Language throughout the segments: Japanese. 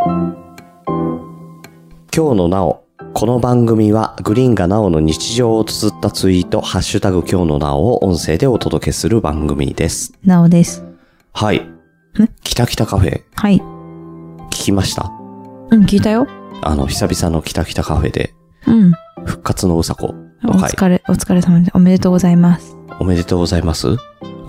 今日のなお。この番組はグリーンがなおの日常を綴ったツイート、ハッシュタグ今日のなおを音声でお届けする番組です。 なおです。 はい。キタキタカフェ。 はい。 聞きました？ うん、聞いたよ。 久々のキタキタカフェで。 うん。 復活のうさこの回。お疲れ様です。おめでとうございます。 おめでとうございます。引っ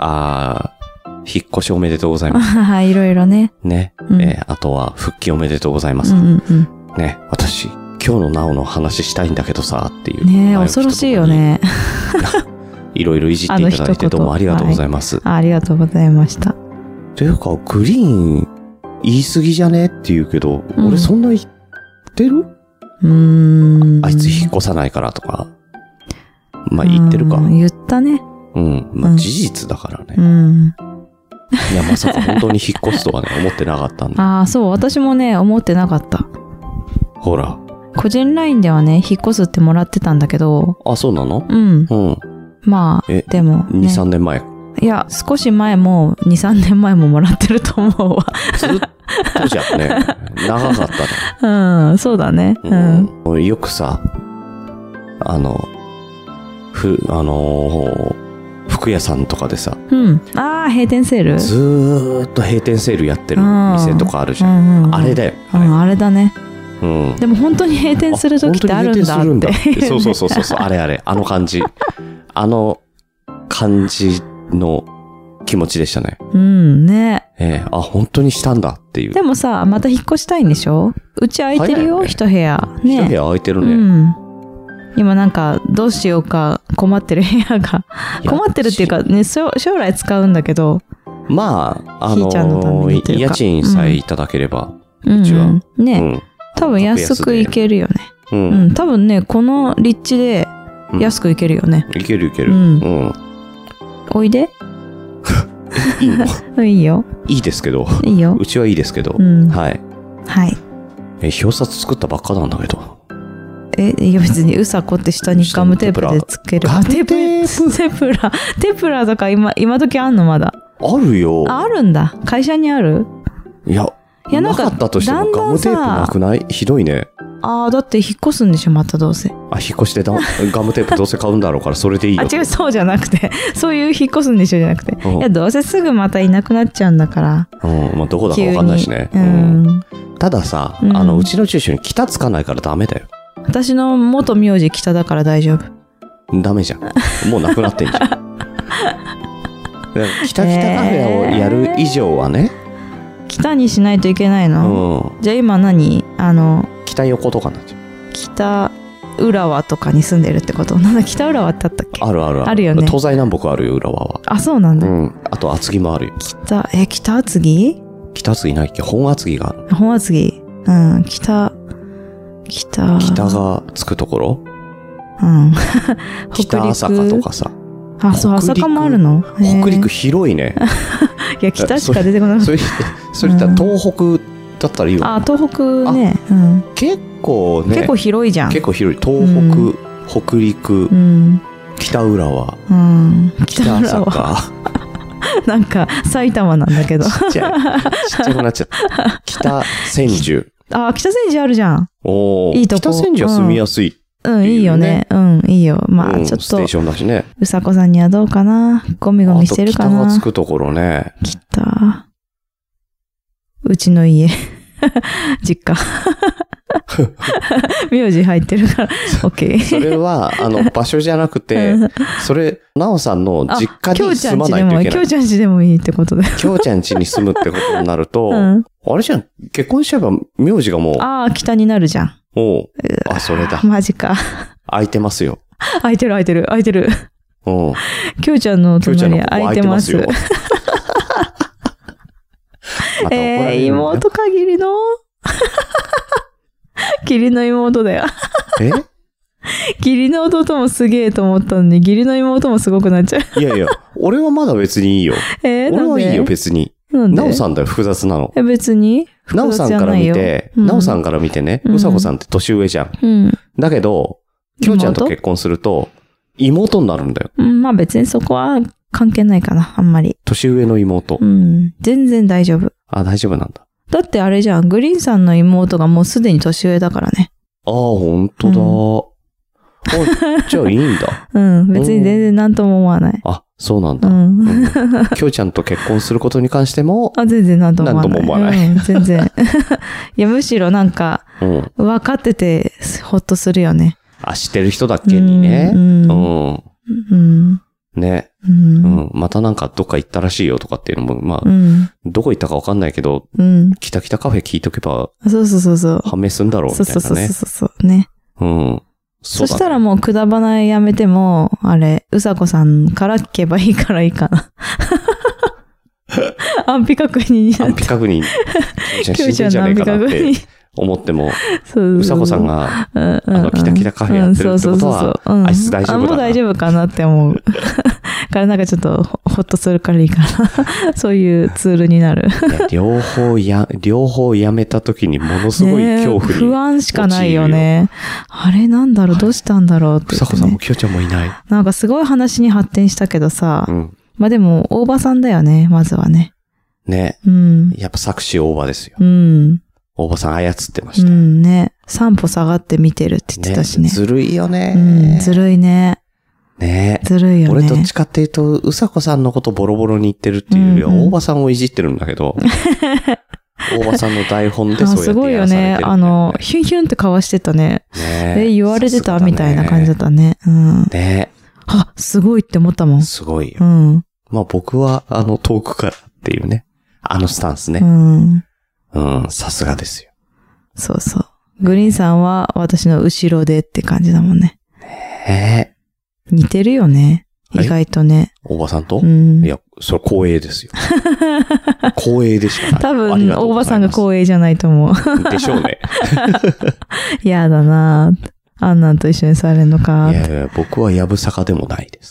越しおめでとうございます。 はい、いろいろね。 ね。 うん、 あとは復帰おめでとうございます。ね、私、今日のなおの話したいんだけどさ、っていう。 ねえ、恐ろしいよね。 いろいろいじっていただいてどうもありがとうございます。 ありがとうございました。 というか、グリーン、言い過ぎじゃねって言うけど、俺そんな言ってる？あいつ引っ越さないからとか。まあ言ってるか。 言ったね。 まあ事実だからね。いや、まさか本当に引っ越すとはね、思ってなかったんだ。 ああ、そう、私もね、思ってなかった。 ほら。 個人 LINE ではね、引っ越すってもらってたんだけど。 あ、そうなの？ まあ、でも、 2、3年前。 いや、少し前も、2、3年前ももらってると思うわ。 ずっとじゃんね。長かったね。そうだね。 よくさ、服屋さんとかでさ。 ああ、閉店セール？ ずーっと閉店セールやってる店とかあるじゃん。あれだよ。 あれだね。でも本当に閉店する時ってあるんだって。 そう、あれ、あの感じ。あの感じの気持ちでしたね。 ね。 本当にしたんだっていう。 でもさ、また引っ越したいんでしょ？うち空いてるよ、一部屋。 ね。一部屋空いてるね。 今なんか、どうしようか困ってる部屋が。困ってるっていうかね、将来使うんだけど。 まあ、家賃さえいただければ、うちは。 ね。多分安くいけるよね。多分ね、この立地で安くいけるよね。 いける。 おいで。 いいの？ いいよ。 いいですけど。 いいよ。 うちはいいですけど。はい。 はい。 表札作ったばっかなんだけど。 いや別にうさこって下にガムテープでつける。 ガムテープテプラとか今時あんのまだ？ あるよ。 あるんだ。会社にある？ いやなかったとしてもガムテープなくない？ひどいね。 だって引っ越すんでしょ、またどうせ。 引っ越してガムテープどうせ買うんだろうからそれでいいよ。 違う、そうじゃなくて、そういう引っ越すんでしょじゃなくて。いや、どうせすぐまたいなくなっちゃうんだから。 まあどこだかわかんないしね。たださ、うちの住所に北つかないからダメだよ。 私の元名字北だから大丈夫。 ダメじゃん。もうなくなってんじゃん。キタキタカフェをやる以上はね。 北にしないといけないの？じゃあ今何？ 北横とかになっちゃう。 北浦和とかに住んでるってこと？なんだ北浦和ってあったっけ？あるよね。 東西南北あるよ、浦和は。 あ、そうなんだ。 あと厚木もあるよ。 北厚木？ 北厚木ないっけ？本厚木がある。 本厚木。 北がつくところ？北朝霞とかさ。 あ、そう、朝霞もあるの？ 北陸広いね。 いや、北しか出てこない。 それ東北だったらいいわ。 東北ね。 結構ね。 結構広いじゃん。 結構広い。東北、北陸、北浦和、北朝霞。 なんか、埼玉なんだけど。 ちっちゃくなっちゃった。北千住。 北千住あるじゃん。いいとこ。 北千住は住みやすい。 いいよね。いいよ。まあ、ちょっと。 ステーションだしね。 うさこさんにはどうかな？ゴミゴミしてるかな？ 北がつくところね。 北。うちの家。実家。名字入ってるから。OK。 それは、場所じゃなくて、それ、なおさんの実家に住まないといけない。 きょうちゃんちでもいいってことで。 きょうちゃんちに住むってことになると、あれじゃん、結婚しちゃえば名字がもう。 北になるじゃん。 それだ。 マジか。 空いてますよ。 空いてる。きょうちゃんの隣空いてます。妹限りの義理の妹だよ。義理の弟もすげえと思ったのに、義理の妹もすごくなっちゃう。 いや、俺はまだ別にいいよ。俺はいいよ、別に。なおさんだよ、複雑なの。 別になおさんから見て、なおさんから見てね、うさこさんって年上じゃん。だけど、きょうちゃんと結婚すると、妹になるんだよ。 まあ別にそこは関係ないかな、あんまり。 年上の妹。 全然大丈夫。 大丈夫なんだ。 だってあれじゃん。グリーンさんの妹がもうすでに年上だからね。 ああ、ほんとだ。じゃあいいんだ。 うん。別に全然何とも思わない。 あ、そうなんだ。きょうちゃんと結婚することに関しても、 全然何とも思わない。 全然。いや、むしろなんか、分かってて、ほっとするよね。 知ってる人だっけにね。ね。またなんかどっか行ったらしいよとかっていうのも、どこ行ったかわかんないけど、キタキタカフェ聞いとけば、判明するんだろうみたいなね。 そうね。そしたらもうくだばないやめても、うさこさんから聞けばいいからいいかな。安否確認になって。 安否確認。きょうちゃんの安否確認。思っても、うさこさんが、キタキタカフェやってるってことは、あいつ大丈夫だな。 もう大丈夫かなって思う。からなんかちょっとほっとするからいいかな。そういうツールになる。 両方やめた時にものすごい恐怖に。 不安しかないよね。あれなんだろう、どうしたんだろうって。 うさこさんもきょうちゃんもいない。 なんかすごい話に発展したけどさ。まあでも、大場さんだよね、まずはね。 ね。やっぱ作詞大場ですよ。大場さん操ってました。 ね。3歩下がって見てるって言ってたしね。 ずるいよね。 ずるいね。ずるいよね。 俺どっちかっていうと、うさこさんのことボロボロに言ってるっていうよりは、大場さんをいじってるんだけど、大場さんの台本でそうやってすごいよね。ヒュンヒュンってかわしてたね。言われてたみたいな感じだったね。 ね。 すごいって思ったもん。 すごいよ。まあ僕は、遠くからっていうね。スタンスね。さすがですよ。 そうそう。グリーンさんは私の後ろでって感じだもんね。似てるよね。意外とね。 大場さんといや、それ光栄ですよ。光栄でしかない。 多分、大場さんが光栄じゃないと思う。 でしょうね。 やだなぁ。あんなんと一緒にされるのか。 いや、僕はやぶさかでもないです。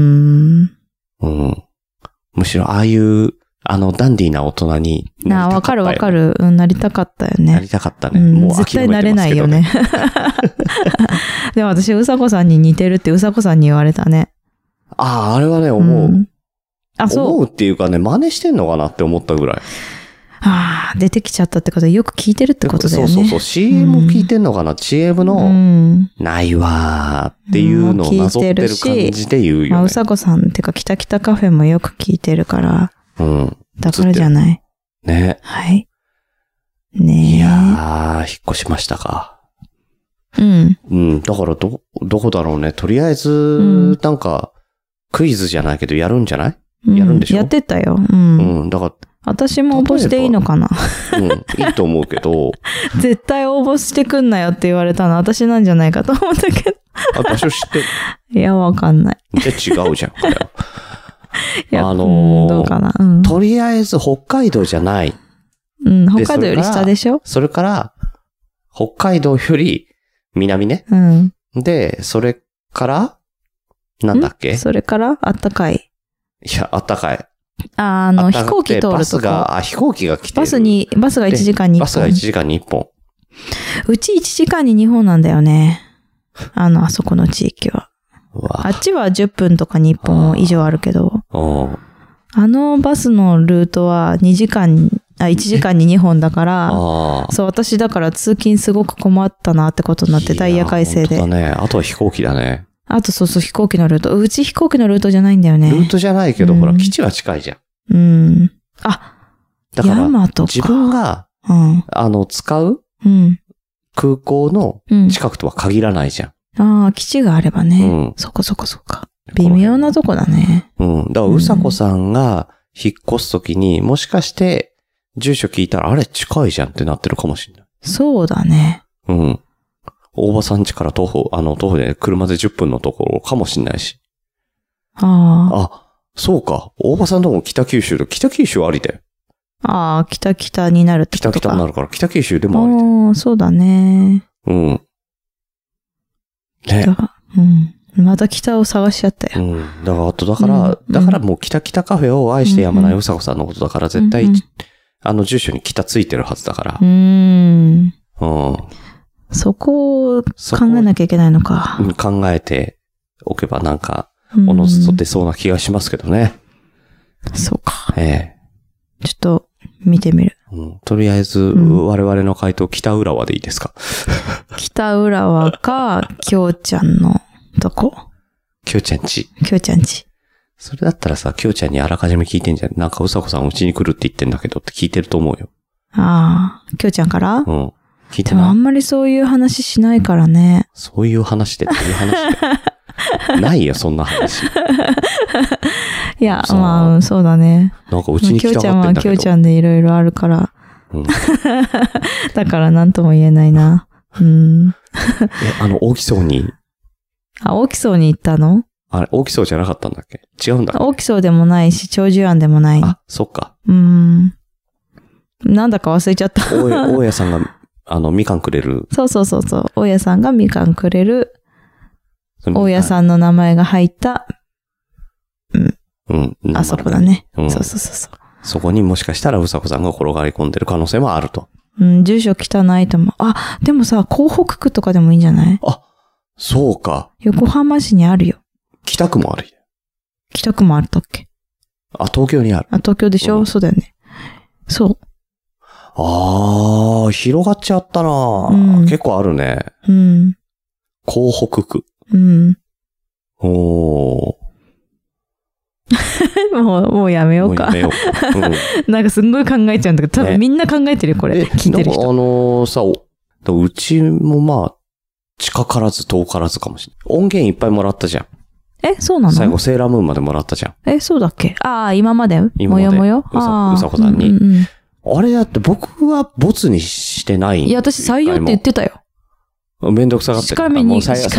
むしろ、ああいう、ダンディーな大人になりたかったよね。 わかる。なりたかったよね。 なりたかったね。 もう絶対なれないよね。でも私、うさこさんに似てるってうさこさんに言われたね。 あれはね、思う。思うっていうかね、真似してんのかなって思ったぐらい。 出てきちゃったってことでよく聞いてるってことだよね。 そう。CM 聞いてんのかな、CM の、ないわーっていうのをなぞってる感じで言うよね。 うさこさんってか、キタキタカフェもよく聞いてるから。だからじゃない。 ね。 はい。ねえ。 いやー、引っ越しましたか。だからどこだろうね。とりあえず、なんか、クイズじゃないけどやるんじゃない？やるんでしょ？ やってたよ。 だから、 私も応募していいのかな？ いいと思うけど。 絶対応募してくんなよって言われたの私なんじゃないかと思ったけど。 場所知ってる？ いや、わかんない。 じゃ違うじゃん、これ。 いや、どうかな。 とりあえず北海道じゃない。 北海道より下でしょ？ それから、北海道より南ね。で、それから、なんだっけ？ それからあったかい。 いや、あったかい。 飛行機通るとこ。 飛行機が来てる。 バスが1時間に1本。 バスが1時間に1本。 うち1時間に2本なんだよね。あそこの地域は。あっちは10分とかに1本以上あるけど。バスのルートは1時間に2本だから、そう、私だから通勤すごく困ったなってことになって、ダイヤ改正で。 本当だね。あとは飛行機だね。 あとそう飛行機のルート。うち飛行機のルートじゃないんだよね。 ルートじゃないけど、ほら、基地は近いじゃん。だから、自分が、使う空港の近くとは限らないじゃん。基地があればね。そこ。微妙なとこだね。 だから、うさこさんが引っ越すときに、もしかして、住所聞いたら、あれ近いじゃんってなってるかもしれない。 そうだね。 大場さん家から徒歩で車で10分のところかもしれないし。そうか。大場さんとも北九州ありだよ。 北になるってことか。 北になるから、北九州でもありだよ。 そうだね。 ね。 また北を探しちゃったよ。 だからもう北カフェを愛してやまないうさこさんのことだから、絶対、住所に北ついてるはずだから。 そこを考えなきゃいけないのか。 考えておけばなんか、おのずと出そうな気がしますけどね。 そうか。 ちょっと見てみる。 とりあえず、我々の回答、北浦和でいいですか？ 北浦和か、きょうちゃんのとこ？ きょうちゃんち。 きょうちゃんち。 それだったらさ、きょうちゃんにあらかじめ聞いてんじゃん。なんかうさこさんうちに来るって言ってんだけどって聞いてると思うよ。 ああ、きょうちゃんから？ 聞いてない。 でもあんまりそういう話しないからね。 そういう話で、どういう話で。ないよ、そんな話。 いや、まあ、そうだね。 なんかうちに来たがってんだけど。きょうちゃんはきょうちゃんでいろいろあるから。だから何とも言えないな。 大きそうに。 大きそうに言ったの？ あれ、大きそうじゃなかったんだっけ？違うんだっけ？ 大きそうでもないし、長寿庵でもない。 あ、そっか。 なんだか忘れちゃった。 大家さんが、みかんくれる。 そう。大家さんがみかんくれる。大家さんの名前が入った。あそこだね。そう。 そこにもしかしたらうさこさんが転がり込んでる可能性もあると。 住所汚いと思う。あ、でもさ、港北区とかでもいいんじゃない？ あ、そうか。 横浜市にあるよ。 北区もある。 北区もあったっけ？ あ、東京にある。 あ、東京でしょ？そうだよね。そう。 広がっちゃったな、結構あるね。港北区。 もうやめようか。なんかすんごい考えちゃうんだけど、多分みんな考えてるよ、これ。聞いてる人。 さ、うちもまあ、近からず遠からずかもしれない。音源いっぱいもらったじゃん。 そうなの？ 最後セーラームーンまでもらったじゃん。 そうだっけ？今までもよもようさこさんに。あれだって僕はボツにしてない。 いや、私採用って言ってたよ。 めんどくさがってる。 しかも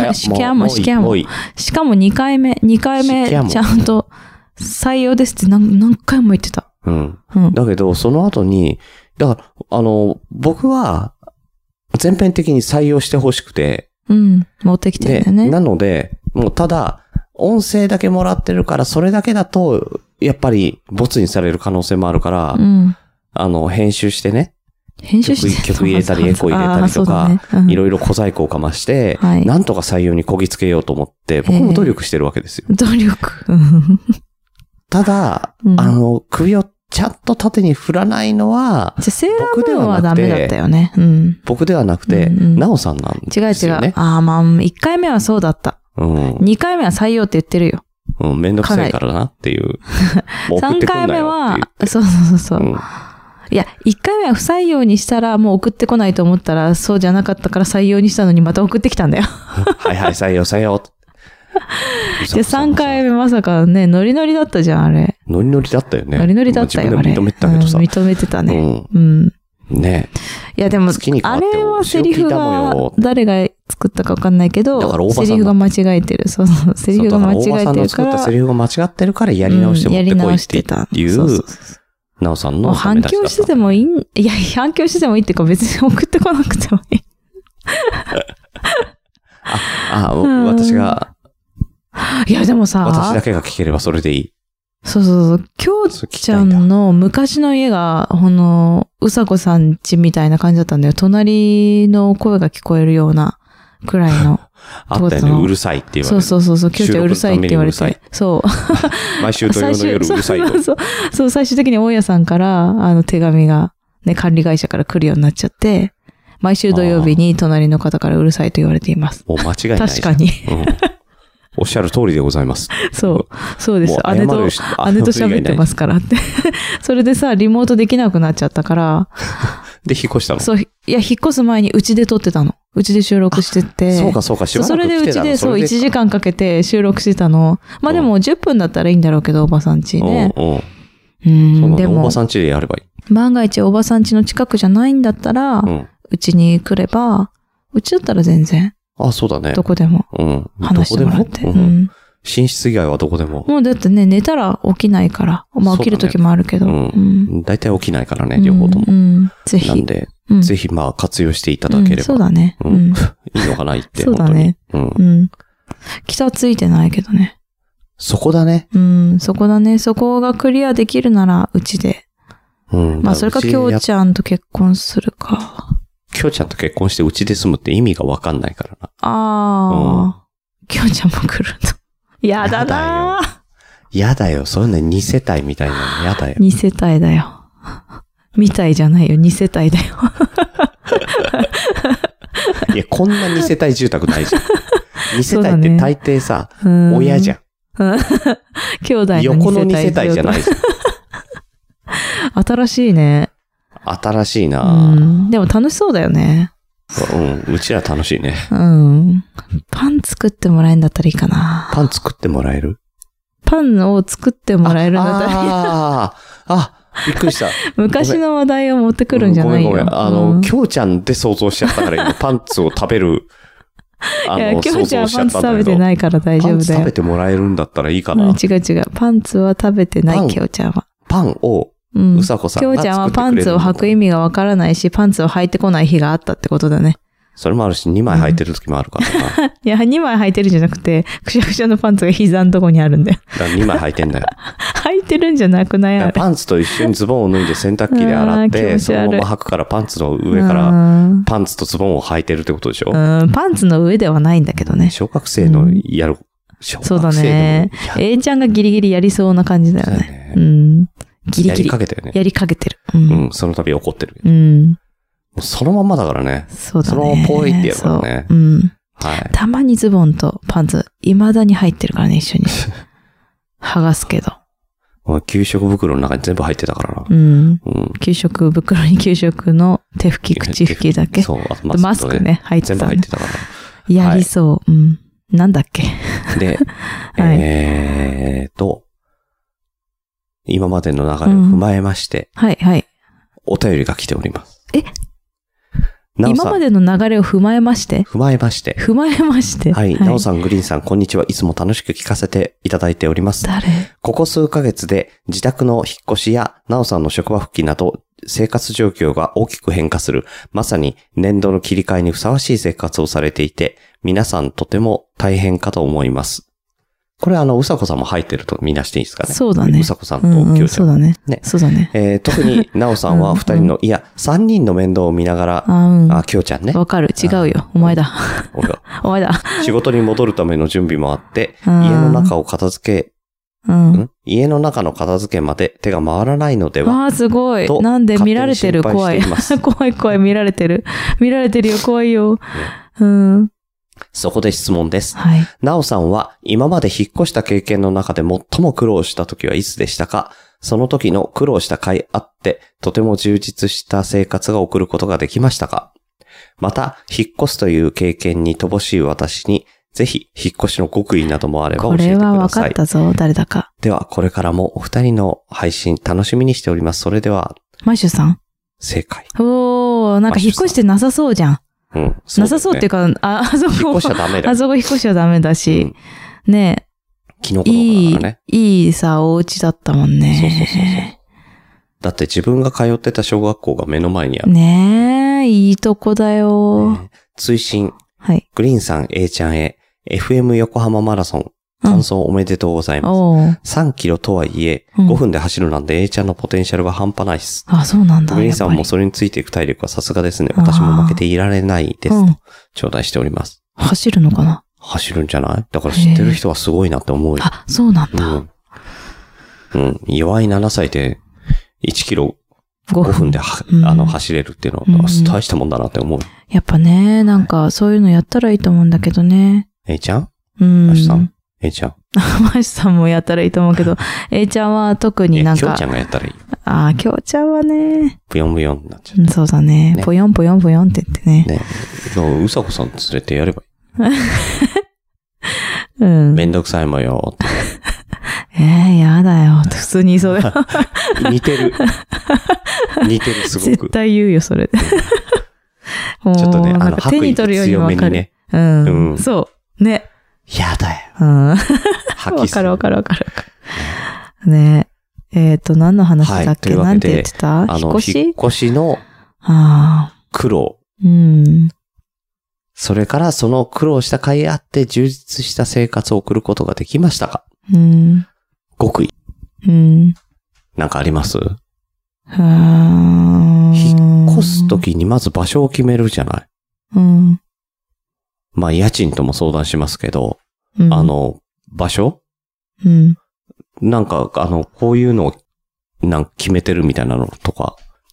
2回目ちゃんと採用ですって何回も言ってた。 だけど、その後に、だから、僕は、全編的に採用してほしくて。 持ってきてるんだよね。 なので、もうただ、音声だけもらってるから、それだけだと、やっぱり、ボツにされる可能性もあるから、編集してね。曲入れたり、エコー入れたりとか、いろいろ小細工をかまして、なんとか採用にこぎつけようと思って、僕も努力してるわけですよ。 努力。 ただ、首をちゃんと縦に振らないのは、 セーラームーンはダメだったよね。 僕ではなくて、なおさんなんですよね。 違う。まあ、1回目はそうだった。2回目は採用って言ってるよ。 めんどくさいからなっていう。 3回目は、そう。いや、1回目は不採用にしたらもう送ってこないと思ったら、そうじゃなかったから採用にしたのにまた送ってきたんだよ。 はい、採用。 で、3回目まさかね、ノリノリだったじゃん、あれ。 ノリノリだったよね。 ノリノリだったよ、あれ。 自分で認めてたけどさ。 認めてたね。 ねいや、でも、あれはセリフが、誰が作ったかわかんないけど、セリフが間違えてる。そう。セリフが間違えてるから。大場さんの作ったセリフが間違ってるからやり直して持ってこいっていう、なおさんの反響しててもいい、いや、反響しててもいいっていうか別に送ってこなくてもいい。 私が。 いや、でもさ。 私だけが聞ければそれでいい。 そう。きょうちゃんの昔の家が、うさこさん家みたいな感じだったんだよ。隣の声が聞こえるようなくらいの。 あったよね、うるさいって言われて。 そう。きょうちゃんうるさいって言われて。そう。 毎週土曜の夜うるさいよ。 そう、最終的に大家さんから、手紙が、ね、管理会社から来るようになっちゃって、毎週土曜日に隣の方からうるさいと言われています。 もう間違いない。 確かに。 おっしゃる通りでございます。 そうです。姉と喋ってますからって。それでさ、リモートできなくなっちゃったから。 で、引っ越したの？ そう、いや、引っ越す前にうちで撮ってたの。うちで収録してて。 そうか、しばらく来てたの。 それでうちで、1時間かけて収録してたの。まあでも10分だったらいいんだろうけど、おばさん家ね。 でも、おばさん家でやればいい。 万が一おばさん家の近くじゃないんだったら、うちに来れば、うちだったら全然。 そうだね。 どこでも。話してもらって。 寝室以外はどこでも。 もうだってね、寝たら起きないから。まあ起きる時もあるけど。 大体起きないからね、両方とも。 ぜひ。 なんで、ぜひまあ活用していただければ。 そうだね。 いいのかな、言って。 そうだね。北ついてないけどね。 そこだね。 そこだね。そこがクリアできるなら、うちで。まあそれかきょうちゃんと結婚するか。 きょうちゃんと結婚してうちで住むって意味がわかんないからな。 きょうちゃんも来るの。やだなやだよ。そういうの2世帯みたいなのやだよ。 2世帯だよ。 みたいじゃないよ。2世帯だよ。 いや、こんな2世帯住宅ないじゃん。2世帯って大抵さ、親じゃん。 兄弟の2世帯。 横の2世帯じゃないじゃん。新しいね。 新しいな、 でも楽しそうだよね。 うちら楽しいね。 パン作ってもらえるんだったらいいかな。 パン作ってもらえる？ パンを作ってもらえるんだったらびっくりした。 昔の話題を持ってくるんじゃないよ。 ごめん。きょうちゃんで想像しちゃったから今パンツを食べる。 いや、きょうちゃんはパンツ食べてないから大丈夫だよ。パンツ食べてもらえるんだったらいいかな。 違う。パンツは食べてない、きょうちゃんは。 パンを、うさこさんが作ってくれる。きょうちゃんはパンツを履く意味がわからないし、パンツを履いてこない日があったってことだね。 それもあるし、2枚履いてる時もあるからな。 いや、2枚履いてるんじゃなくて、くしゃくしゃのパンツが膝のとこにあるんだよ。 だから2枚履いてんだよ。 履いてるんじゃなくない？あれ。 パンツと一緒にズボンを脱いで洗濯機で洗って、そのまま履くからパンツの上からパンツとズボンを履いてるってことでしょ？ パンツの上ではないんだけどね。 小学生のやる。 そうだね。A ちゃんがギリギリやりそうな感じだよね。ギリギリ。 やりかけたよね。 やりかけてる。 その度怒ってる。そのままだからね。 そうだね。 そのままポイってやるからね。 はい。たまにズボンとパンツ、未だに入ってるからね、一緒に。剥がすけど。 給食袋の中に全部入ってたからな。 給食袋に給食の手拭き、口拭きだけ。 そう、 マスクね、入ってた。 全部入ってたから。 やりそう。なんだっけ。 で、今までの流れを踏まえまして、お便りが来ております。 今までの流れを踏まえましてはい。なおさん、グリーンさん、こんにちは。いつも楽しく聞かせていただいております。ここ数ヶ月で自宅の引っ越しや、なおさんの職場復帰など、生活状況が大きく変化する、まさに年度の切り替えにふさわしい生活をされていて、皆さんとても大変かと思います。これうさこさんも入ってるとみなしていいですかね。 そうだね。 うさこさんときょうちゃん。 そうだね。そうだね。 特になおさんは2人の、いや、3人の面倒を見ながら、きょうちゃんね。 わかる。違うよ。お前だ。お前だ。 仕事に戻るための準備もあって、家の中の片付けまで手が回らないのでは。 すごい。なんで見られてる？怖い。怖い、見られてる。見られてるよ、怖いよ。 そこで質問です。なおさんは今まで引っ越した経験の中で最も苦労した時はいつでしたか？その時の苦労した甲斐あって、とても充実した生活が送ることができましたか？また、引っ越すという経験に乏しい私に、ぜひ、引っ越しの極意などもあれば教えてください。 これは分かったぞ、誰だか。 では、これからもお二人の配信楽しみにしております。それでは。 マイシュさん？ 正解。 なんか引っ越してなさそうじゃん。なさそうっていうか、あそこ、 引っ越しちゃダメだよ。 あそこ引っ越しちゃダメだし、ねえ。 キノコだからね。 いいさ、お家だったもんね。 そう。だって自分が通ってた小学校が目の前にある。 ねえ、いいとこだよ。 追伸。グリーンさん A ちゃんへ、FM 横浜マラソン、完走おめでとうございます。3キロとはいえ、5分で走るなんで A ちゃんのポテンシャルが半端ないっす。 そうなんだ。 グリーンさんもそれについていく体力はさすがですね。私も負けていられないです。と、頂戴しております。 走るのかな？ 走るんじゃない？だから知ってる人はすごいなって思うよ。 そうなんだ。 弱い7歳で1キロ5分で走れるっていうのは大したもんだなって思う。 やっぱね、なんかそういうのやったらいいと思うんだけどね。 A ちゃん？マシさん？A ちゃん。 マシさんもやったらいいと思うけど、A ちゃんは特になんか。 きょうちゃんがやったらいい。 きょうちゃんはね。 ぷよんぷよんになっちゃう。 そうだね。ぽよんぽよんぽよんって言ってね。 うさこさん連れてやればいい。めんどくさいもよって。 やだよ。普通に言いそうだよ。 似てる、すごく。 絶対言うよ、それで。 ちょっとね、 手に取るようにわかる。そう。ね。 やだよ。 わかる。ね何の話だっけ？なんて言ってた？引っ越しの苦労。それからその苦労した甲斐あって充実した生活を送ることができましたか？極意。なんかあります？引っ越すときにまず場所を決めるじゃない？まあ家賃とも相談しますけど、場所？なんかこういうのを決めてるみたいなのとか、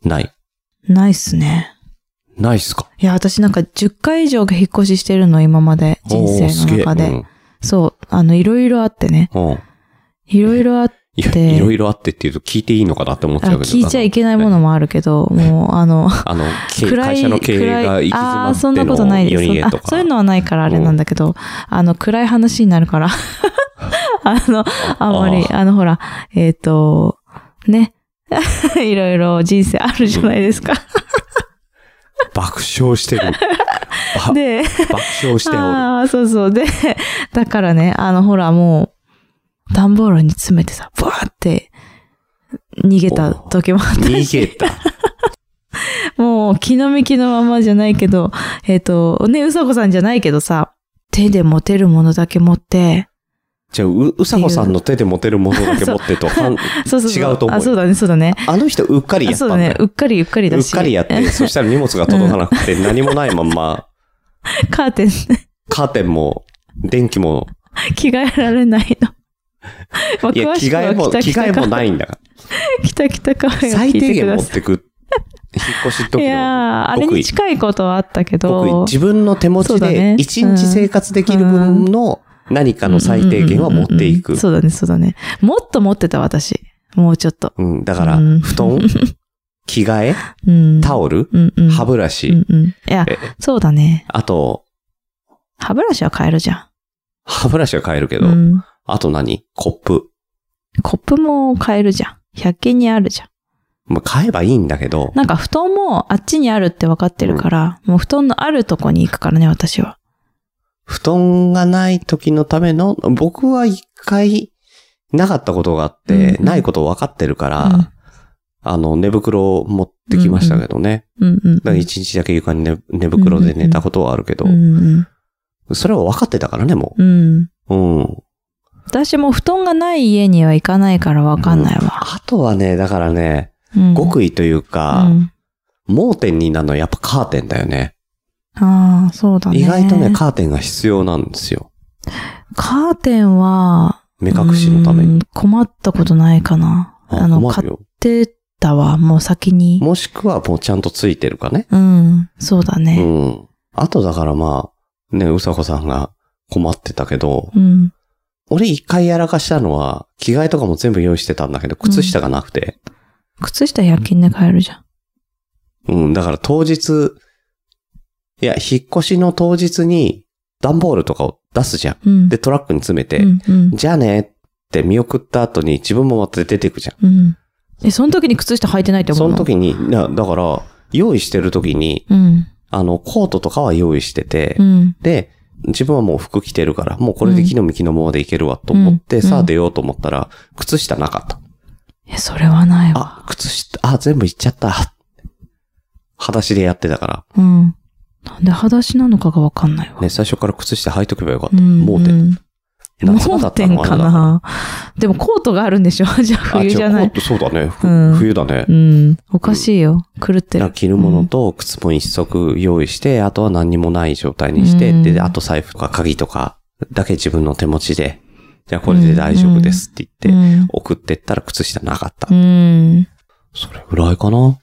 ない。 ないっすね。 ないっすか？ いや、私なんか10回以上引っ越ししてるの、今まで。人生の中で。そう。いろいろあってね。いろいろあって。 いろいろあってっていうと聞いていいのかなって思っちゃうけど。 聞いちゃいけないものもあるけど、もう会社の経営が行き詰まってのそんなことないです。そういうのはないからあれなんだけど、暗い話になるから。あんまり、ほら、ね。いろいろ人生あるじゃないですか。 爆笑してる。 で、 爆笑しておる。 そうそう。で、だからね、ほらもう、段ボールに詰めてさ、ブワーって逃げた時もあったし。 逃げた。 もう気の身気のままじゃないけど、ね、うさこさんじゃないけどさ、手で持てるものだけ持って、 じゃあ、うさこさんの手で持てるものだけ持ってと違うと思う。 そうだね、そうだね。 あの人うっかりやったんだよ。 そうだね、うっかりだし。 うっかりやって、そしたら荷物が届かなくて何もないまんま、 カーテンも、電気も、 着替えられないの。 いや、着替えもないんだから。 来たかわいい。 最低限持ってく。引っ越し時の。 いやあれに近いことはあったけど。 自分の手持ちで一日生活できる分の何かの最低限は持っていく。 そうだね。もっと持ってた私。もうちょっと。 だから、布団、着替え、タオル、歯ブラシ。いや、そうだね。 あと、 歯ブラシは買えるじゃん。 歯ブラシは買えるけど、あと何？コップ。 コップも買えるじゃん。100均にあるじゃん。 まあ、買えばいいんだけど。 なんか布団もあっちにあるって分かってるから、もう布団のあるとこに行くからね、私は。 布団がない時のための、僕は一回なかったことがあって、ないこと分かってるから、寝袋を持ってきましたけどね。だから一日だけ床に寝袋で寝たことはあるけど、それは分かってたからね、もう。 私も布団がない家には行かないから分かんないわ。 あとはね、だからね、極意というか、盲点になるのはやっぱカーテンだよね。 ああ、そうだね。 意外とね、カーテンが必要なんですよ。 カーテンは、 目隠しのために。 困ったことないかな。買ってたわ、もう先に。 もしくはもうちゃんとついてるかね。 そうだね。 あとだからまあ、ね、うさこさんが困ってたけど、俺一回やらかしたのは、着替えとかも全部用意してたんだけど、靴下がなくて。 靴下100均で買えるじゃん。だから当日、いや、引っ越しの当日に段ボールとかを出すじゃん。で、トラックに詰めて、じゃあねって見送った後に自分もまた出てくじゃん。 その時に靴下履いてないって思うの？ その時に、だから、用意してる時に、コートとかは用意してて、で、自分はもう服着てるから、もうこれで木の幹のままでいけるわと思って、さあ出ようと思ったら、靴下なかった。 それはないわ。 靴下、全部いっちゃった。裸足でやってたから。 なんで裸足なのかがわかんないわ。 ね、最初から靴下履いとけばよかった。盲点。 盲点かな。でもコートがあるんでしょ？じゃあ冬じゃない。 コートそうだね。冬だね。 おかしいよ。狂ってる。 着るものと靴も一足用意して、あとは何にもない状態にして、で、あと財布とか鍵とかだけ自分の手持ちで、じゃあこれで大丈夫ですって言って、送ってったら靴下なかった。それぐらいかな。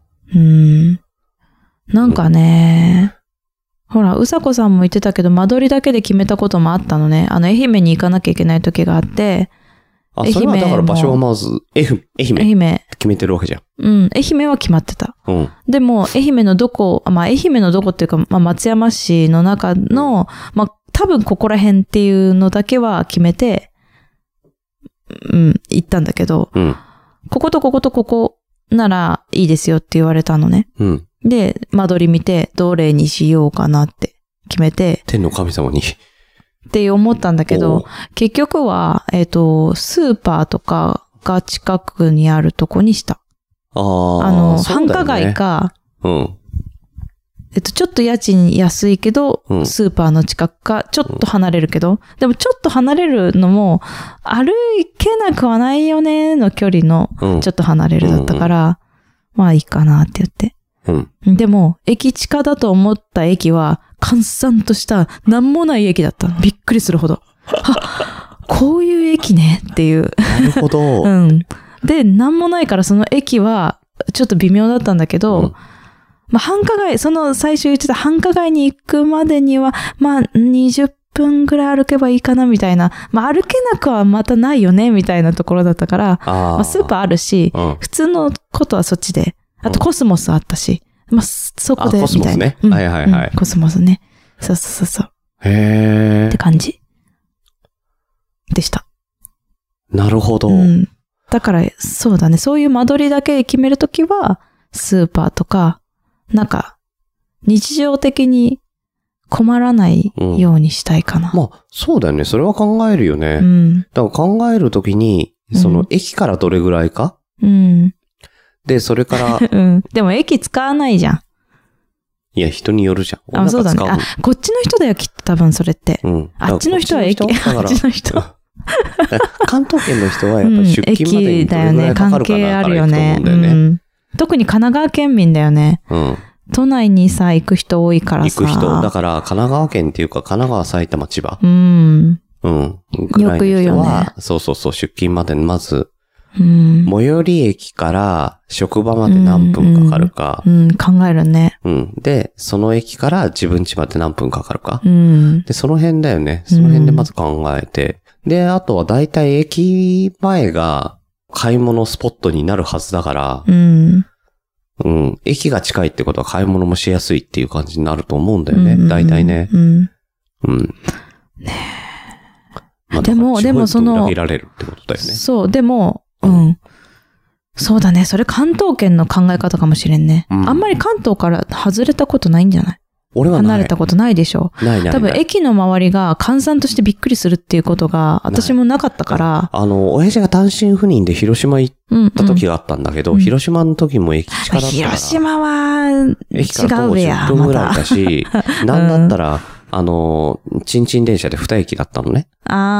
なんかね、ほら、うさこさんも言ってたけど、間取りだけで決めたこともあったのね。愛媛に行かなきゃいけない時があって、 それはだから場所はまず、愛媛決めてるわけじゃん。 愛媛は決まってた。でも、愛媛のどこ、愛媛のどこっていうか、松山市の中の、多分ここら辺っていうのだけは決めて、行ったんだけど、こことこことここならいいですよって言われたのね。で、間取り見て、どれにしようかなって決めて。 天の神様に。 って思ったんだけど、結局は、スーパーとかが近くにあるとこにした。繁華街か、ちょっと家賃安いけど、スーパーの近くか、ちょっと離れるけど、でもちょっと離れるのも、歩けなくはないよねの距離の、ちょっと離れるだったから、まあいいかなって言って。でも、駅近だと思った駅は、閑散としたなんもない駅だったの。びっくりするほど。こういう駅ねっていう。 なるほど。 で、なんもないからその駅は、 ちょっと微妙だったんだけど、まあ、繁華街、その最初言ってた繁華街に行くまでには、まあ、20分ぐらい歩けばいいかなみたいな。まあ、歩けなくはまたないよねみたいなところだったから、まあ、スーパーあるし、普通のことはそっちで、あとコスモスあったし、まあ、そこで、みたいな。 コスモスね。はいはいはい。 コスモスね。そうそうそう。 へー。 って感じ。でした。 なるほど。 だから、そうだね。そういう間取りだけ決めるときは、スーパーとか、なんか、日常的に困らないようにしたいかな。 まあ、そうだよね。それは考えるよね。だから考えるときに、その駅からどれぐらいか。で、それから。 でも駅使わないじゃん。 いや、人によるじゃん。 あ、そうだね。あ、こっちの人だよ、きっと多分それって。あっちの人は駅、あっちの人。 関東圏の人はやっぱり出勤までにどれぐらいかかるかなから行くと思うんだよね。 特に神奈川県民だよね。都内にさ、行く人多いからさ。 行く人。だから、神奈川県っていうか、神奈川、埼玉、千葉。 よく言うよね。 そうそうそう、出勤までまず、最寄り駅から職場まで何分かかるか。 考えるね。 で、その駅から自分家まで何分かかるか。で、その辺だよね。その辺でまず考えて。で、あとはだいたい駅前が買い物スポットになるはずだから、駅が近いってことは買い物もしやすいっていう感じになると思うんだよね。だいたいね。 でもその、 裏切られるってことだよね。 そう、でも、そうだね。それ関東圏の考え方かもしれんね。あんまり関東から外れたことないんじゃない？ 俺はない。 離れたことないでしょ。 ない。 多分駅の周りが閑散としてびっくりするっていうことが私もなかったから。 親父が単身赴任で広島行った時があったんだけど、広島の時も駅近だったから。 広島は違うべや。 10分ぐらいだし、なんだったら、チンチン電車で2駅だったのね。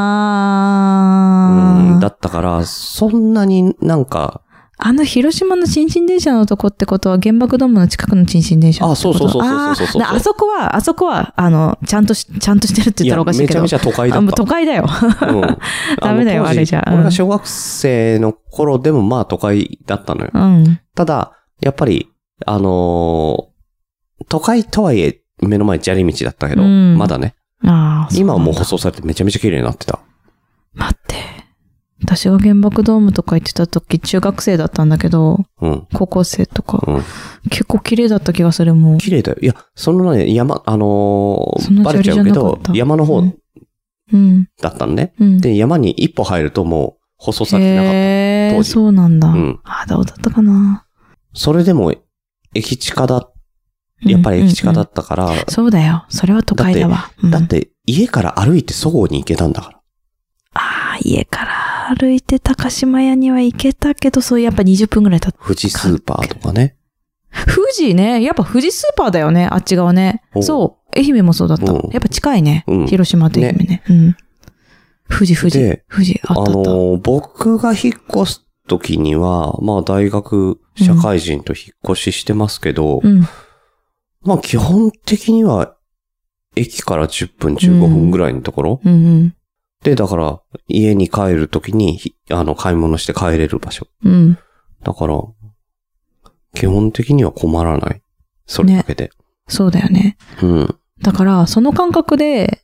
だったから、そんなになんか、 広島のチンチン電車のとこってことは原爆ドームの近くのチンチン電車。 そう。あそこは、ちゃんとしてるって言ったらおかしいけど。 めちゃめちゃ都会だった。 もう都会だよ。ダメだよ、あれじゃ。 俺が小学生の頃でもまあ都会だったのよ。ただ、やっぱり、都会とはいえ、目の前砂利道だったけど、まだね。今はもう舗装されてめちゃめちゃ綺麗になってた。 待って。私が原爆ドームとか行ってた時、中学生だったんだけど、高校生とか、結構綺麗だった気がするもん。 綺麗だよ。いや、そのね、山、バレちゃうけど、山の方だったのね。で、山に一歩入るともう舗装されてなかった。当時。 そうなんだ。どうだったかな。 それでも、駅近だ、やっぱり駅近だったから。 そうだよ。それは都会だわ。 だって、家から歩いてそごうに行けたんだから。 家から歩いて高島屋には行けたけど、そうやっぱ20分ぐらい経った。 富士スーパーとかね。 富士ね。やっぱ富士スーパーだよね。あっち側ね。そう。愛媛もそうだった。やっぱ近いね。広島と愛媛ね。富士。あった。 僕が引っ越す時には、まあ大学、社会人と引っ越ししてますけど、まあ基本的には駅から10分15分ぐらいのところ。で、だから、家に帰るときに、買い物して帰れる場所。だから、基本的には困らない。それだけで。 そうだよね。だから、その感覚で、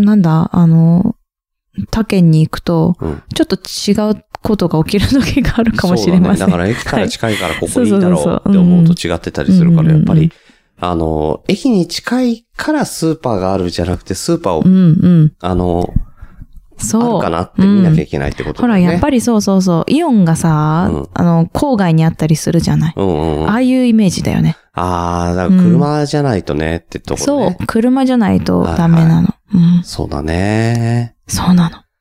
他県に行くと、ちょっと違うことが起きる時があるかもしれません。 だから駅から近いからここにいいだろうって思うと違ってたりするから、やっぱり、駅に近いからスーパーがあるじゃなくて、スーパーを、あるかなって見なきゃいけないってことだよね。 ほら、やっぱりそう。イオンがさ、郊外にあったりするじゃない。ああいうイメージだよね。 だから車じゃないとねってところね。 そう、車じゃないとダメなの。 そうだね。 そうなの。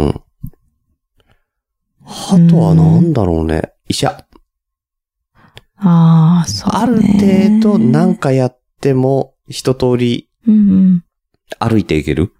あとはなんだろうね。医者。 そうね。ある程度なんかやっても一通り歩いていける。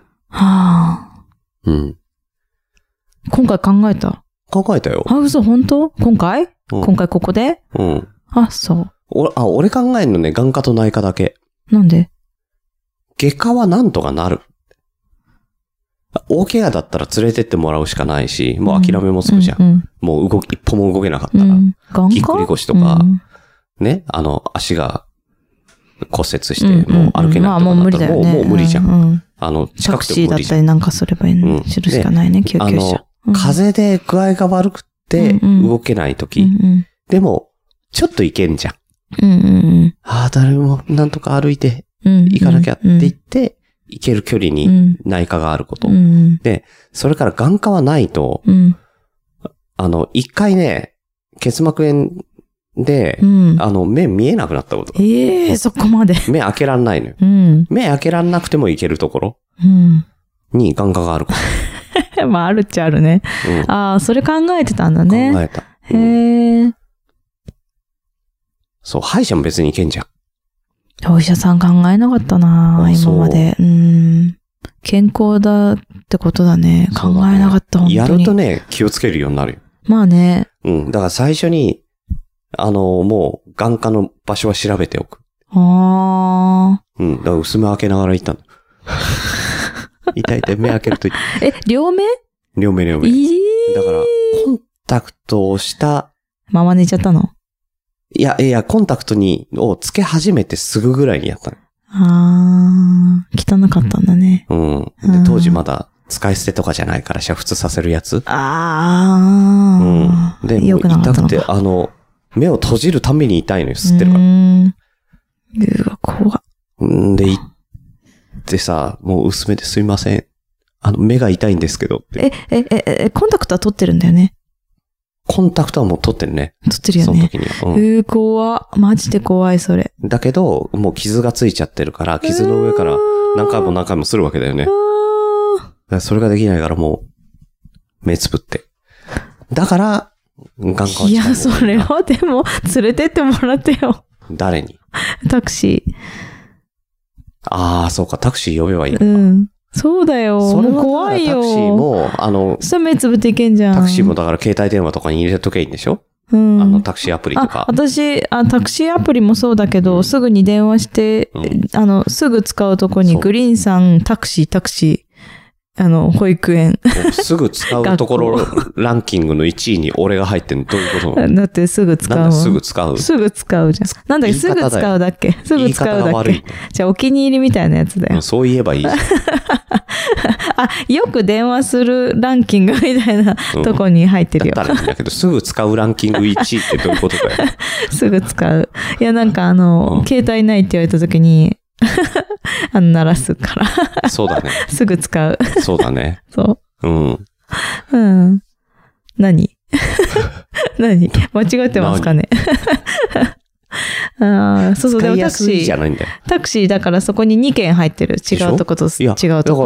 今回考えたよ。嘘、本当？今回ここでそう。 俺考えんのね、眼科と内科だけ。 なんで？ 外科はなんとかなる。 大怪我だったら連れてってもらうしかないし、もう諦めもするじゃん。うんうん、もう一歩も動けなかったら。ぎっくり腰とか、ね、足が骨折して、もう歩けないとかだったら、もう無理だよね。もう無理じゃん。近くても無理じゃん。タクシーだったりなんかすればいいの、するしかないね、救急車。 風邪で具合が悪くて動けないとき、でも、ちょっと行けんじゃん。誰もなんとか歩いて行かなきゃって言って、行ける距離に内科があること。で、それから眼科はないと、一回ね、結膜炎で、目見えなくなったこと。 そこまで。 目開けらんないのよ。目開けらんなくても行けるところに眼科があること。 まあ、あるっちゃあるね。それ考えてたんだね。 考えた。そう、歯医者も別に行けんじゃん。 お医者さん考えなかったな今まで。健康だってことだね。考えなかった、本当に。 やるとね、気をつけるようになるよ。 まあね。 だから最初に、もう、眼科の場所は調べておく。だから薄目開けながら行ったの。痛い目開けると。 両目。 だから、コンタクトをした。 まま寝ちゃったの？ いや、コンタクトをつけ始めてすぐぐらいにやったの。 汚かったんだね。 で、当時まだ使い捨てとかじゃないから煮沸させるやつ。で、 よくなかったのか。 痛くて、目を閉じるために痛いのよ、吸ってるから。 うわ、怖っ。で、行ってさ、もう薄めですいません。目が痛いんですけどって。 コンタクトは取ってるんだよね。 コンタクトはもう取ってるね。 取ってるよね。 その時には。 怖マジで怖い、それ。 だけど、もう傷がついちゃってるから、傷の上から何回も何回もするわけだよね。それができないからもう、目つぶって。だから、眼科は。 いや、それはでも、連れてってもらってよ。 誰に？ タクシー。そうか、タクシー呼べばいいのか。 そうだよ。それは怖いよ。 タクシーも、 そしたら目つぶっていけんじゃん。 タクシーもだから携帯電話とかに入れとけばいいんでしょ？タクシーアプリとか。 私、タクシーアプリもそうだけど、すぐに電話して、すぐ使うとこにグリーンさん、タクシー、保育園。 すぐ使うところランキングの1位に俺が入ってんのどういうことなの？ だってすぐ使う。 なんだすぐ使う？ すぐ使うじゃん。なんだっけすぐ使うだっけすぐ使うだっけじゃあお気に入りみたいなやつだよ。 そう言えばいいじゃん。 よく電話するランキングみたいなとこに入ってるよ。 だったらいいんだけど、すぐ使うランキング1位ってどういうことだよ。 すぐ使う。いや、なんか携帯ないって言われた時に、鳴らすから。 そうだね。 すぐ使う。 そうだね。 そう。何間違ってますかね。そうそう、でもタクシー。 じゃないんだよ。 タクシーだからそこに2件入ってる。違うとこと違うとこ。 だから、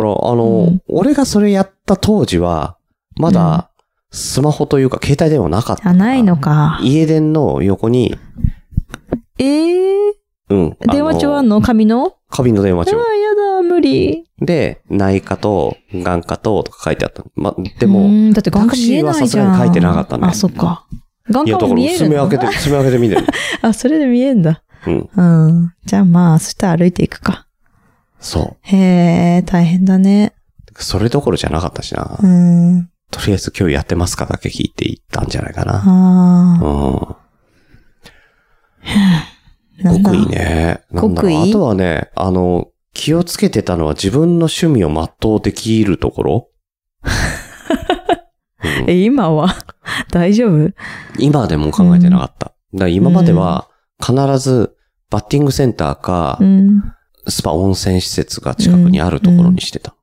俺がそれやった当時は、まだ、スマホというか携帯電話なかった。 ないのか。 家電の横に。 電話帳あんの？紙の電話帳。やだ、無理。 で、内科と眼科とか書いてあった。でも、 だって眼科見えないじゃん。タクシーはさすがに書いてなかったね。そっか。眼科も見えるの？ 爪開けて見てる。 それで見えんだ。じゃあまあ、そしたら歩いていくか。 そう。 へー、大変だね。 それどころじゃなかったしな。とりあえず今日やってますかだけ聞いていったんじゃないかな。極意ね。極意？あとはね、気をつけてたのは自分の趣味を全うできるところ。 今は大丈夫？ 今でも考えてなかった。だから今までは必ずバッティングセンターか、スパ温泉施設が近くにあるところにしてた。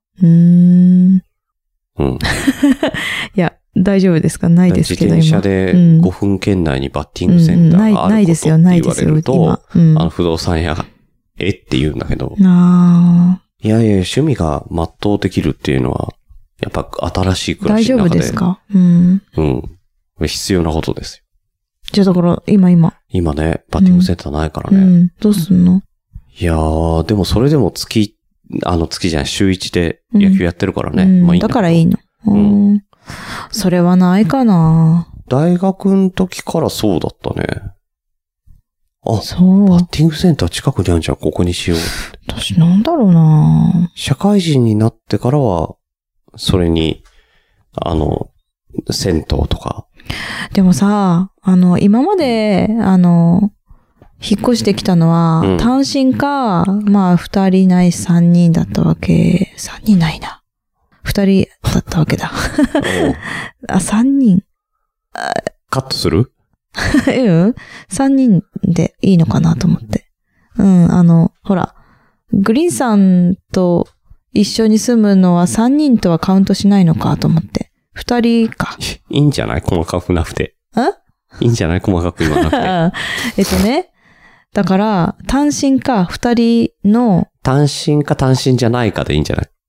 いや、大丈夫ですか？ないですけど。 自転車で5分圏内にバッティングセンターがあることって言われると、不動産屋が、って言うんだけど。いや、趣味が全うできるっていうのは、やっぱ新しい暮らしの中で。大丈夫ですか？必要なことですよ。 じゃあだから、今ね、バッティングセンターないからね。 どうすんの？ いやー、でもそれでも月じゃない、週1で野球やってるからね。まあいいんだからいいの。それはないかな。 大学の時からそうだったね。 そう。 バッティングセンター近くにあるじゃん、ここにしよう。 私なんだろうな。 社会人になってからは、 それに、銭湯とか。 でもさ、今まで、引っ越してきたのは、単身か、まあ、2人ない3人だったわけ。3人ないな。2人だったわけだ。3人。 カットする 3人でいいのかなと思って。ほら、グリーンさんと一緒に住むのは3人とはカウントしないのかと思って。2人か。 いいんじゃない細かくなくて。いいんじゃない細かく言わなくて。 ね。だから、単身か2人の。 単身か単身じゃないかでいいんじゃない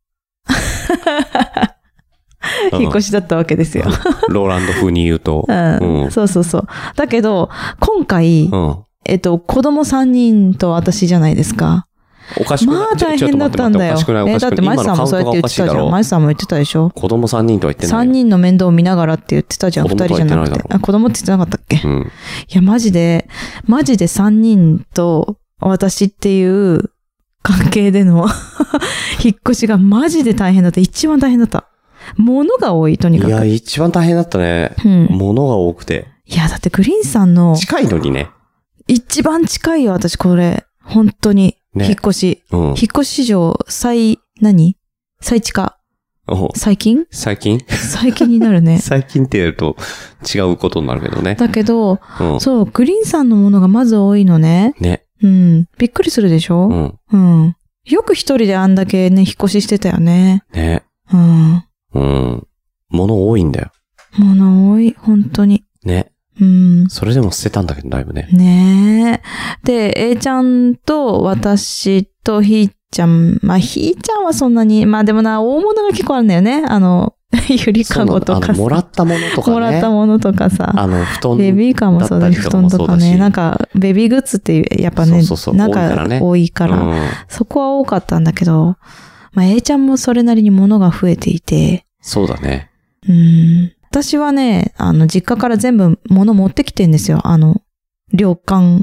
引っ越しだったわけですよ。 ローランド風に言うと。 そうそうそう。だけど、今回、子供3人と私じゃないですか。 おかしくない。 まあ大変だったんだよ。だってマイさんもそうやって言ってたじゃん。マイさんも言ってたでしょ。 子供3人とは言ってない。 3人の面倒を見ながらって言ってたじゃん。2人じゃなくて。子供って言ってなかったっけ？いや、マジで3人と私っていう関係での引っ越しがマジで大変だった。一番大変だった。物が多い、とにかく。 いや、一番大変だったね。物が多くて。 いや、だってグリーンさんの。 近いのにね。 一番近いよ、私これ。本当に。引っ越し。引っ越し史上、最近最近になるね。 最近って言うと違うことになるけどね。 だけど、そう、グリーンさんのものがまず多いのね。 ね。 びっくりするでしょ？よく一人であんだけね、引っ越ししてたよね。 ね。物多いんだよ。 物多い、本当に。 ね。それでも捨てたんだけど、だいぶね。 ねえ。で、A ちゃんと私とひーちゃん。まあ、ひーちゃんはそんなに、まあでもな、大物が結構あるんだよね。ゆりかごとかさ。 もらったものとかね。 もらったものとかさ。 布団。 ベビーカーもそうだし、布団とかね。なんか、ベビーグッズっていう、やっぱね、なんか多いから、そこは多かったんだけど、まあ、A ちゃんもそれなりに物が増えていて。 そうだね。 私はね、実家から全部物持ってきてんですよ。量感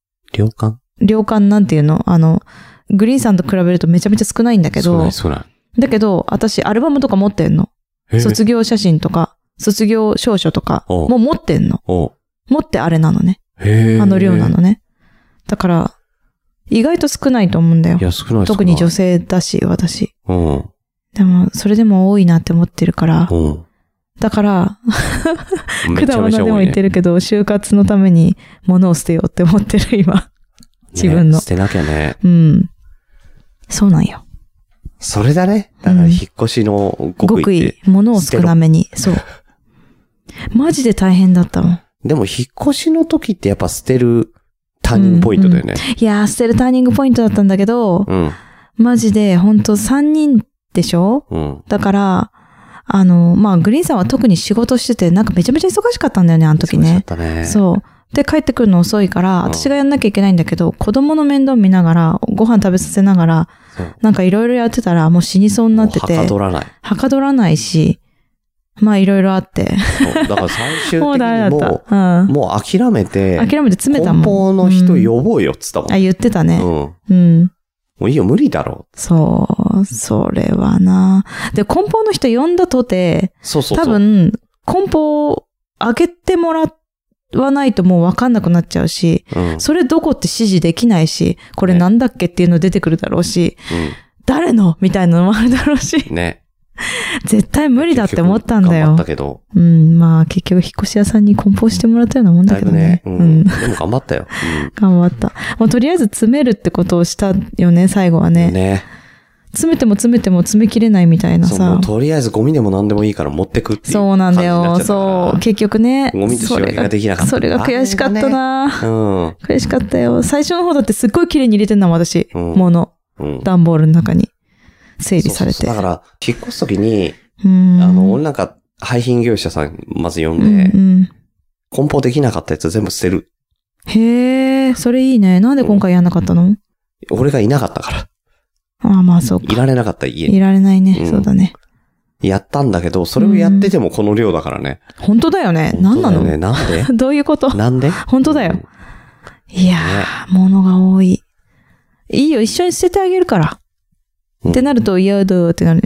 なんていうの？グリーンさんと比べるとめちゃめちゃ少ないんだけど。 少ない。 だけど、私、アルバムとか持ってんの。卒業写真とか、卒業証書とか、もう持ってんの。持ってあれなのね。量なのね。だから、意外と少ないと思うんだよ。 いや、少ない。 特に女性だし、私。でも、それでも多いなって思ってるから。だから、くだばなでも言ってるけど、就活のために物を捨てようって思ってる、今。自分の。 捨てなきゃね。 そうなんよ。 それだね。だから、引っ越しの極意。 物を少なめに。そう。マジで大変だったもん。 でも、引っ越しの時ってやっぱ捨てるターニングポイントだよね。 いやー、捨てるターニングポイントだったんだけど、マジで、ほんと3人でしょ？だから、まあ、グリーンさんは特に仕事してて、なんかめちゃめちゃ忙しかったんだよね、あの時ね。 忙しかったね。 そう。で、帰ってくるの遅いから、私がやんなきゃいけないんだけど、子供の面倒見ながら、ご飯食べさせながら、なんかいろいろやってたら、もう死にそうになってて。はかどらない。はかどらないし、まあいろいろあって。 だから最終的にもう諦めて詰めたもん。 梱包の人呼ぼうよっつったもん。 言ってたね。 もういいよ、無理だろ。 そう、それはな。で、梱包の人呼んだとて、多分、梱包開けてもらわないともう分かんなくなっちゃうし、それどこって指示できないし、これなんだっけっていうの出てくるだろうし、誰のみたいなのもあるだろうし。ね。絶対無理だって思ったんだよ。 頑張ったけど。 まあ結局引っ越し屋さんに梱包してもらったようなもんだけどね。 でも頑張ったよ。 頑張った。もうとりあえず詰めるってことをしたよね、最後はね。詰めても詰めても詰めきれないみたいなさ。 とりあえずゴミでも何でもいいから持ってくっていう。 そうなんだよ。そう。結局ね。 ゴミと仕分けができなかった。 それが悔しかったな。悔しかったよ。最初の方だってすっごい綺麗に入れてんの、私。物。段ボールの中に。整理されて。 だから、引っ越すときに、俺なんか、廃品業者さんまず呼んで、梱包できなかったやつ全部捨てる。 へー、それいいね。なんで今回やんなかったの？ 俺がいなかったから。 まあそうか。 いられなかった家に。 いられないね。そうだね。 やったんだけど、それをやっててもこの量だからね。 本当だよね。何なの？ なんでどういうこと？ なんで？ 本当だよ。いやー、物が多い。いいよ、一緒に捨ててあげるから。ってなると、嫌だってなるよね。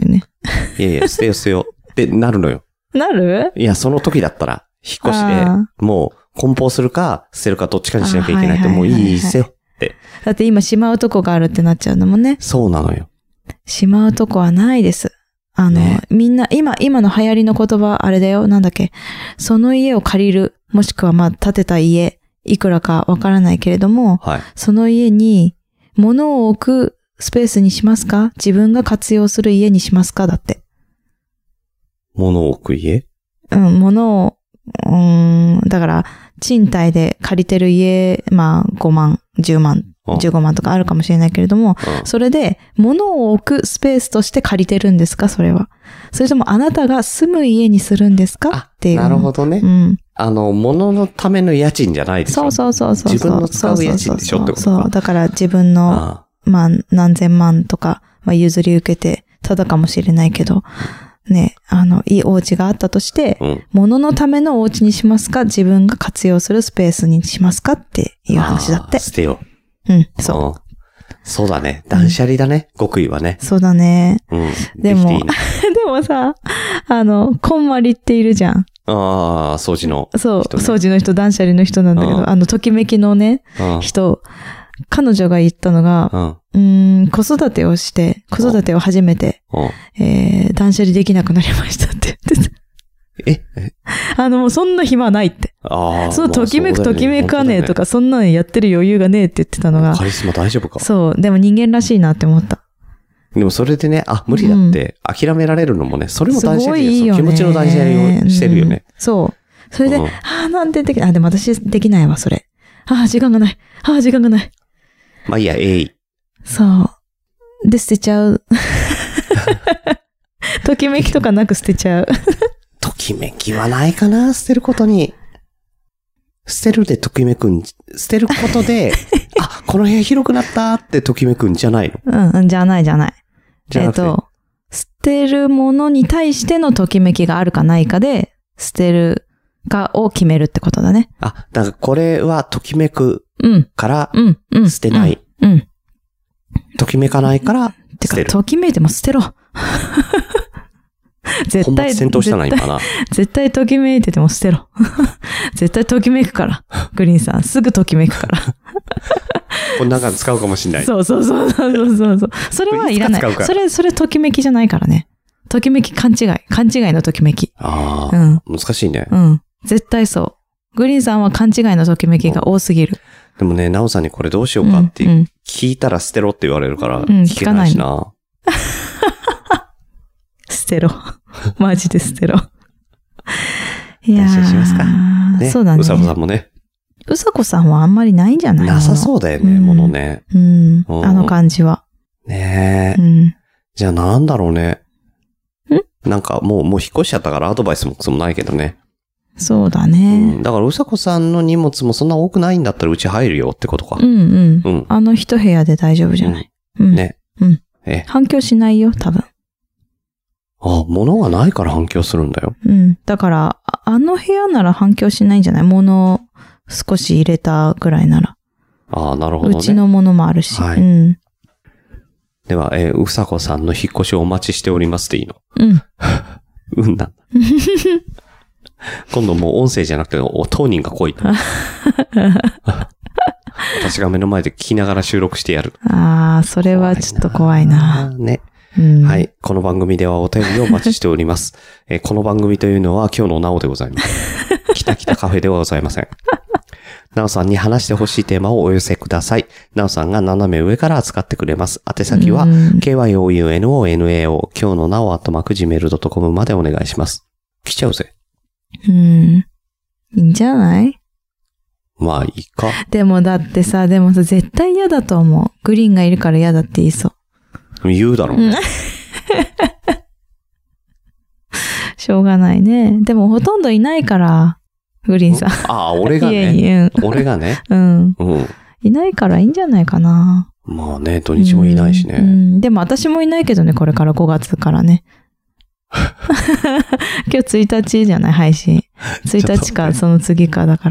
いやいや、捨てよ捨てよってなるのよ。 なる？ いや、その時だったら、引っ越しで、もう、梱包するか、捨てるかどっちかにしなきゃいけないって、もういい捨てよって。 だって今しまうとこがあるってなっちゃうんだもんね。 そうなのよ。 しまうとこはないです。ね、みんな、今の流行りの言葉、あれだよ、なんだっけ。その家を借りる、もしくは建てた家、いくらかわからないけれども、 はい、 その家に、物を置くスペースにしますか？自分が活用する家にしますか？だって。 物を置く家？ 物を、だから、賃貸で借りてる家、5万、10万、15万とかあるかもしれないけれども、それで、物を置くスペースとして借りてるんですか？それは。それともあなたが住む家にするんですか？っていう。 なるほどね。物のための家賃じゃないですよ。 そう。 自分の使う家賃でしょってことか。 そう。だから自分の、何千万とか、譲り受けて、ただかもしれないけど、ね、いいお家があったとして、物のためのお家にしますか？自分が活用するスペースにしますか？っていう話だって。 捨てよ。 そう。 そうだね。断捨離だね。極意はね。 そうだね。でもさ、こんまりっているじゃん。 掃除の人。 そう、掃除の人、断捨離の人なんだけど、ときめきのね、人、彼女が言ったのが、子育てを始めて、断捨離できなくなりましたって言ってた。もうそんな暇ないって。そのときめくかねえとか、そんなのやってる余裕がねえって言ってたのが。 カリスマ大丈夫か？ そう、でも人間らしいなって思った。 でもそれでね、無理だって諦められるのもね、それも断捨離ですよ。気持ちの断捨離をしてるよね。 そう。それで、なんでできない。でも私できないわ、それ。時間がない。 いいや、 そう。で、捨てちゃう。ときめきとかなく捨てちゃう。 ときめきはないかな、捨てることに。捨てるでときめくん、捨てることで、この部屋広くなったってときめくんじゃないの？ じゃない。捨てるものに対してのときめきがあるかないかで、捨てるかを決めるってことだね。 だからこれはときめくから、捨てない。ときめかないから、捨てる。 ときめいても捨てろ。絶対戦闘したな、今な。 絶対ときめいてても捨てろ。絶対ときめくから。グリーンさん、すぐときめくから。 この中で使うかもしれない。 そう。それはいらない。それときめきじゃないからね。ときめき勘違いのときめき。 難しいね。 絶対そう。グリーンさんは勘違いのときめきが多すぎる。 でもね、ナオさんにこれどうしようかって聞いたら捨てろって言われるから、聞けないしな。 捨てろ。マジで捨てろ。 いやー。しますか。ね。 そうだね。 うさこさんもね。 うさこさんはあんまりないんじゃない？ なさそうだよね、ものね。 あの感じは。 ねえ。じゃあなんだろうね。なんかもう引っ越しちゃったからアドバイスもないけどね。 そうだね。 だからうさこさんの荷物もそんな多くないんだったらうち入るよってことか。 一部屋で大丈夫じゃない。 ね。 反響しないよ、多分。 物がないから反響するんだよ。 だから、部屋なら反響しないんじゃない？物を少し入れたぐらいなら。 なるほどね。 うちのものもあるし。 では、うさこさんの引っ越しをお待ちしておりますでいいの？なん。今度もう音声じゃなくて、当人が来いと。私が目の前で聞きながら収録してやる。 それはちょっと怖いな。 ね。はい。この番組ではお便りをお待ちしております。この番組というのは今日のなおでございます。きたきたカフェではございません。なおさんに話してほしいテーマをお寄せください。なおさんが斜め上から扱ってくれます。宛先は、kyounonao、今日のなお@gmail.com までお願いします。来ちゃうぜ。 いいんじゃない？ まあいいか。 でも絶対嫌だと思う。グリーンがいるから嫌だって言いそう。 言うだろうね。 しょうがないね。でもほとんどいないから、グリーンさん。 俺がね。俺がね。 いないからいいんじゃないかな。 まあね、土日もいないしね。 でも私もいないけどね、これから5月からね。今日1日じゃない配信。1日か、その次かだから、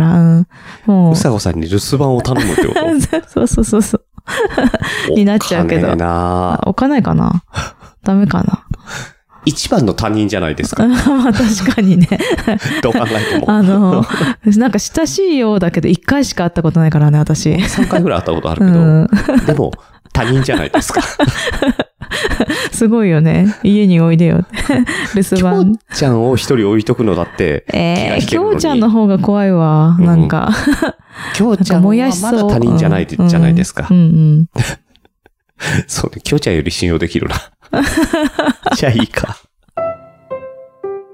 もう。うさこさんに留守番を頼むってことそう。になっちゃうけど。置かないかな？ダメかな？ 一番の他人じゃないですか。 まあ確かにね。 どう考えても。 なんか親しいようだけど、1回しか会ったことないからね、私。 3回ぐらい会ったことあるけど、でも他人じゃないですか。 すごいよね。家においでよ。留守番。 きょうちゃんを一人置いとくのだって。 きょうちゃんの方が怖いわ。なんか。 きょうちゃんはまだ他人じゃない、じゃないですか。そうね。きょうちゃんより信用できるな。じゃあいいか。